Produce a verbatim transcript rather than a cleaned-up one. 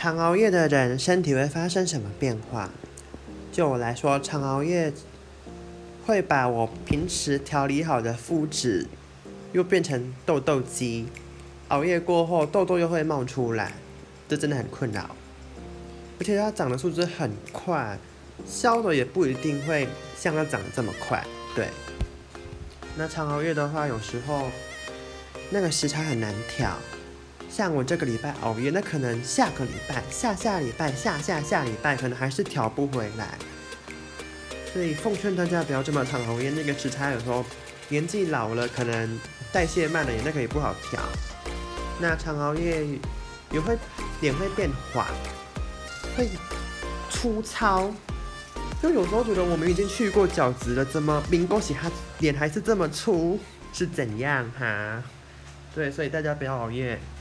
常熬夜的人身体会发生什么变化？就我来说，常熬夜会把我平时调理好的肤质又变成痘痘肌，熬夜过后痘痘又会冒出来，这真的很困扰。而且它长的速度很快，消的也不一定会像它长得这么快。对，那常熬夜的话，有时候那个时差很难调。像我这个礼拜熬夜，那可能下个礼拜、下下礼拜、下下下礼拜，可能还是调不回来。所以奉劝大家不要这么常熬夜，那个时差有时候年纪老了，可能代谢慢了，也那个也不好调。那常熬夜也会脸会变黄，会粗糙。就有时候觉得我们已经去过角质了，怎么明恭喜他脸还是这么粗？是怎样哈？对，所以大家不要熬夜。